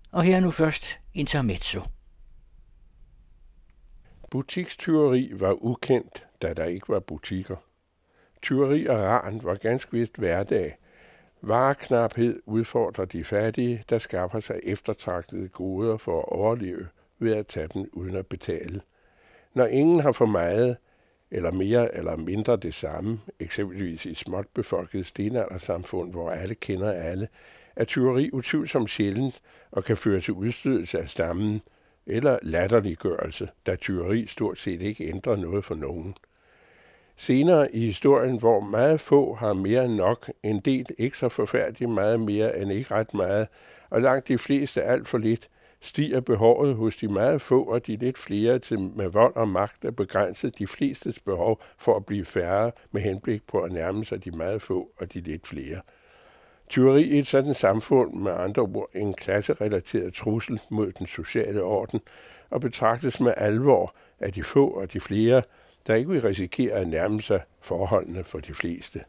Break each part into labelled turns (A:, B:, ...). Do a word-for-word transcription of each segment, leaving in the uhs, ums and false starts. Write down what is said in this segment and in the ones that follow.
A: Og her nu først intermezzo.
B: Butikstyveri var ukendt, da der ikke var butikker. Tyveri og ran var ganske vist hverdag. Vareknaphed udfordrer de fattige, der skaffer sig eftertragtede goder for at overleve ved at tage dem uden at betale. Når ingen har for meget, eller mere eller mindre det samme, eksempelvis i småt befolket stenaldersamfund, hvor alle kender alle, er tyveri utvivlsomt sjældent og kan føre til udstødelse af stammen eller latterliggørelse, da tyveri stort set ikke ændrer noget for nogen. Senere i historien, hvor meget få har mere end nok, en del ikke så forfærdeligt meget mere end ikke ret meget, og langt de fleste alt for lidt, stiger behovet hos de meget få og de lidt flere til med vold og magt at begrænse de flestes behov for at blive færre med henblik på at nærme sig de meget få og de lidt flere. Tyveri i et sådan samfund med andre ord en klasserelateret trussel mod den sociale orden og betragtes med alvor af de få og de flere, der ikke vil risikere at nærme sig forholdene for de fleste.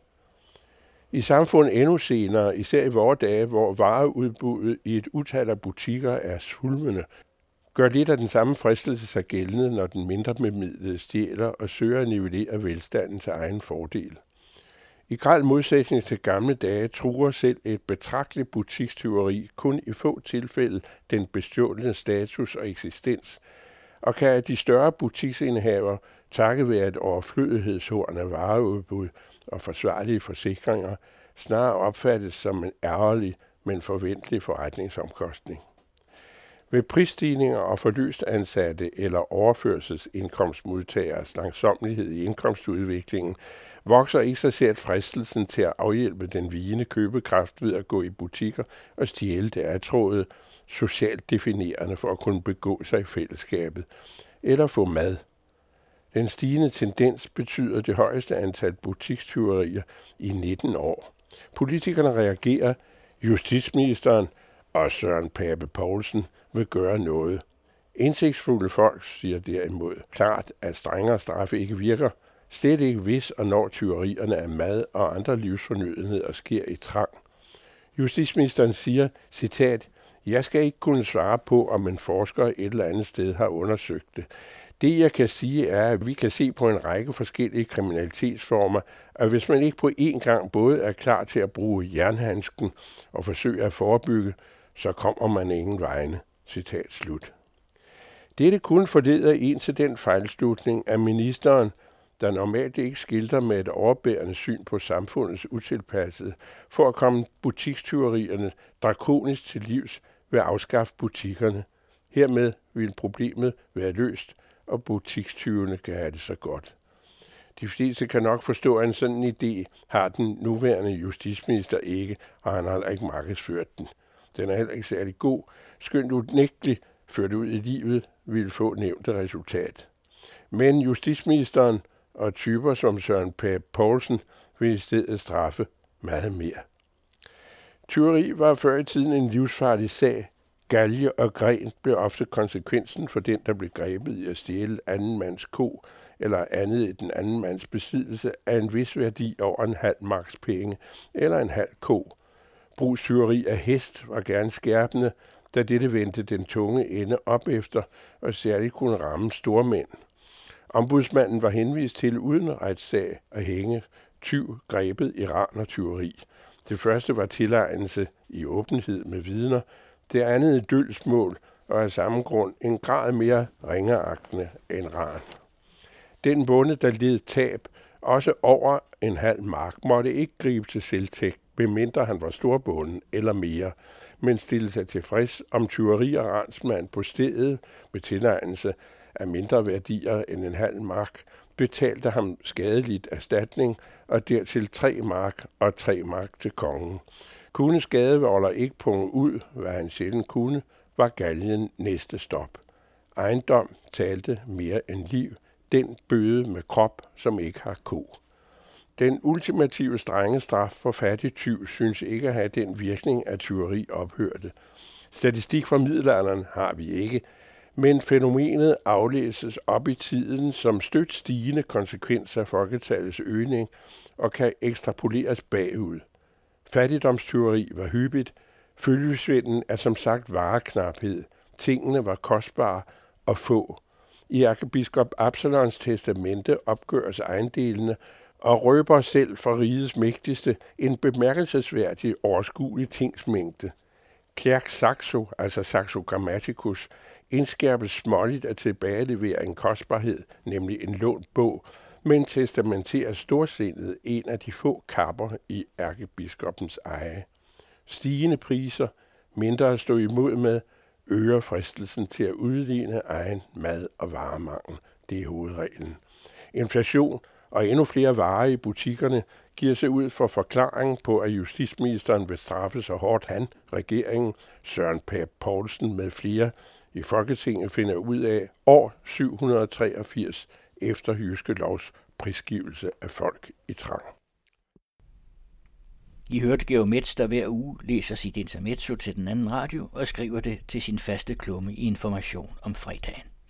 B: I samfundet endnu senere, især i vore dage, hvor vareudbuddet i et utal af butikker er svulmende, gør lidt af den samme fristelse sig gældende, når den mindre bemidlede stjæler og søger at nivellere velstanden til egen fordel. I grel modsætning til gamle dage truer selv et betragteligt butikstyveri kun i få tilfælde den bestjålne status og eksistens, og kan af de større butiksindehaver takket være et overflødighedshorn af vareudbud og forsvarlige forsikringer snarere opfattes som en ærgerlig, men forventelig forretningsomkostning. Ved prisstigninger og forløst ansatte eller overførselsindkomstmodtageres langsommelighed i indkomstudviklingen vokser ikke så sært fristelsen til at afhjælpe den vigende købekraft ved at gå i butikker og stjæle det atråede socialt definerende for at kunne begå sig i fællesskabet eller få mad. Den stigende tendens betyder det højeste antal butikstyverier i nitten år. Politikerne reagerer, justitsministeren og Søren Pape Poulsen vil gøre noget. Indsigtsfulde folk siger derimod klart, at strengere straffe ikke virker, slet ikke hvis og når tyverierne af mad og andre livsfornødenheder sker i trang. Justitsministeren siger, citat, jeg skal ikke kunne svare på, om en forsker et eller andet sted har undersøgt det. Det, jeg kan sige, er, at vi kan se på en række forskellige kriminalitetsformer, og hvis man ikke på én gang både er klar til at bruge jernhandsken og forsøge at forebygge, så kommer man ingen vegne. Citat slut. Dette kun forleder en til den fejlslutning af ministeren, der normalt ikke skilter med et overbærende syn på samfundets utilpassede, for at komme butikstyverierne drakonisk til livs ved at afskaffe butikkerne. Hermed vil problemet være løst, og butikstyvene kan have det så godt. De fleste kan nok forstå, at en sådan idé har den nuværende justitsminister ikke, og han har heller ikke markedsført den. Den er heller ikke særlig god. Skønt unægteligt ført ud i livet ville få nævnte resultat. Men justitsministeren og typer som Søren Pape Poulsen vil i stedet straffe meget mere. Tyveri var før i tiden en livsfarlig sag. Galge og gren blev ofte konsekvensen for den, der blev grebet i at stjæle anden mands ko eller andet i den anden mands besiddelse af en vis værdi over en halv marks penge eller en halv ko. Brugstyveri af hest var gerne skærpende, da dette vendte den tunge ende op efter og særligt kunne ramme stormænd. Ombudsmanden var henvist til uden retssag at hænge tyv grebet i ran og tyveri. Det første var tilegnelse i åbenhed med vidner, det andet et dølgsmål og af samme grund en grad mere ringeagtende end ran. Den bonde, der led tab, også over en halv mark, måtte ikke gribe til selvtægt, medmindre han var storbonden eller mere, men stille sig tilfreds om tyveri og ransmand på stedet med tilegnelse af mindre værdier end en halv mark, betalte ham skadeligt erstatning og dertil tre mark og tre mark til kongen. Kunne skadevolder ikke punge ud, hvad han sjældent kunne, var galgen næste stop. Ejendom talte mere end liv, den bøde med krop, som ikke har ko. Den ultimative strenge straf for fattig tyv synes ikke at have den virkning, at tyveri ophørte. Statistik fra middelalderen har vi ikke, men fænomenet aflæses op i tiden som stødt stigende konsekvenser af folketallets øgning og kan ekstrapoleres bagud. Fattigdomstyveri var hyppigt, Følgesvenden er som sagt vareknaphed. Tingene var kostbare og få. I ærkebiskop Absalons testamente opgøres ejendelene og røber selv for rigets mægtigste en bemærkelsesværdig overskuelig tingsmængde. Clerk Saxo, altså Saxo Grammaticus, indskærpes småligt at tilbagelevere en kostbarhed, nemlig en lånt bog, men testamenterer storsindet en af de få kapper i ærkebiskoppens eje. Stigende priser, mindre at stå imod med, øger fristelsen til at udligne egen mad- og varemangel. Det er hovedreglen. Inflation og endnu flere varer i butikkerne giver sig ud for forklaring på, at justitsministeren vil straffe så hårdt han, regeringen, Søren Pape Poulsen med flere i Folketinget finder ud af år syv hundrede treogfirs efter Jyske Lovs prisgivelse af folk i trang.
A: I hørte Georg Metz, der hver uge læser sit intermezzo til den anden radio og skriver det til sin faste klumme i Information om fredagen.